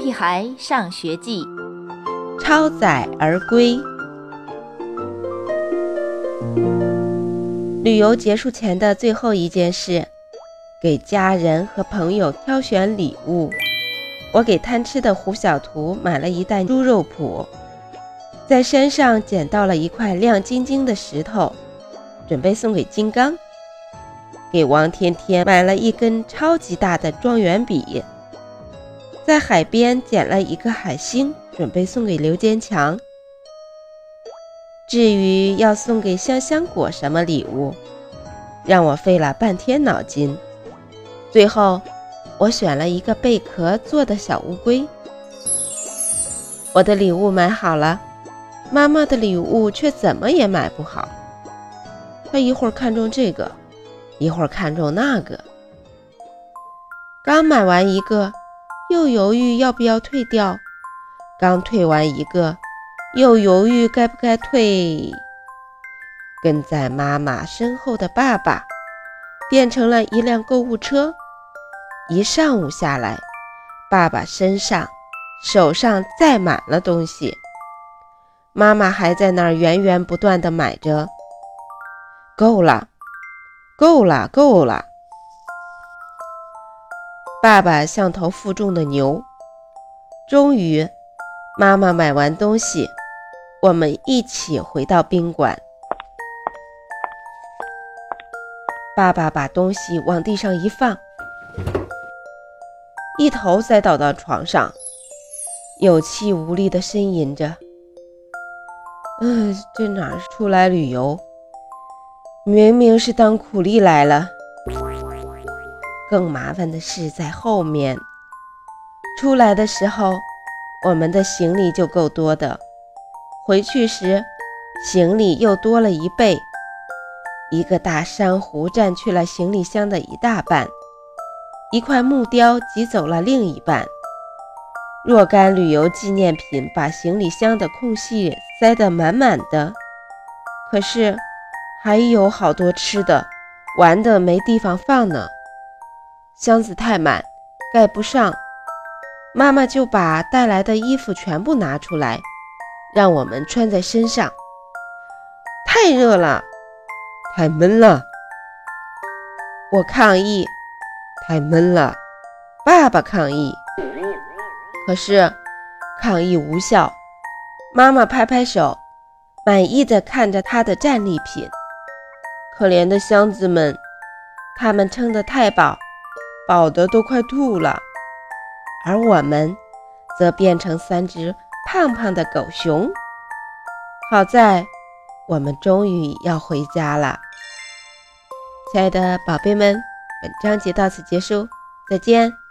屁孩上学记》， 超载而归。旅游结束前的最后一件事，给家人和朋友挑选礼物。我给贪吃的胡小图买了一袋猪肉脯，在山上捡到了一块亮晶晶的石头，准备送给金刚。给王天天买了一根超级大的状元笔，在海边捡了一个海星，准备送给刘坚强。至于要送给香香果什么礼物，让我费了半天脑筋。最后我选了一个贝壳做的小乌龟。我的礼物买好了，妈妈的礼物却怎么也买不好。她一会儿看中这个，一会儿看中那个，刚买完一个，又犹豫要不要退掉，刚退完一个，又犹豫该不该退。跟在妈妈身后的爸爸变成了一辆购物车，一上午下来，爸爸身上手上载满了东西，妈妈还在那儿源源不断地买着。够了，够了，够了！爸爸像头负重的牛。终于，妈妈买完东西，我们一起回到宾馆。爸爸把东西往地上一放，一头栽倒到床上，有气无力地呻吟着：这哪是出来旅游，明明是当苦力来了。更麻烦的事在后面。出来的时候，我们的行李就够多的，回去时行李又多了1倍。一个大珊瑚占去了行李箱的一大半，一块木雕挤走了另一半，若干旅游纪念品把行李箱的空隙塞得满满的。可是还有好多吃的玩的没地方放呢，箱子太满盖不上，妈妈就把带来的衣服全部拿出来，让我们穿在身上。太热了，太闷了。我抗议，太闷了。爸爸抗议，可是抗议无效。妈妈拍拍手，满意地看着他的战利品。可怜的箱子们，他们撑得太饱，饱得都快吐了。而我们则变成3只胖胖的狗熊。好在我们终于要回家了。亲爱的宝贝们，本章节到此结束，再见。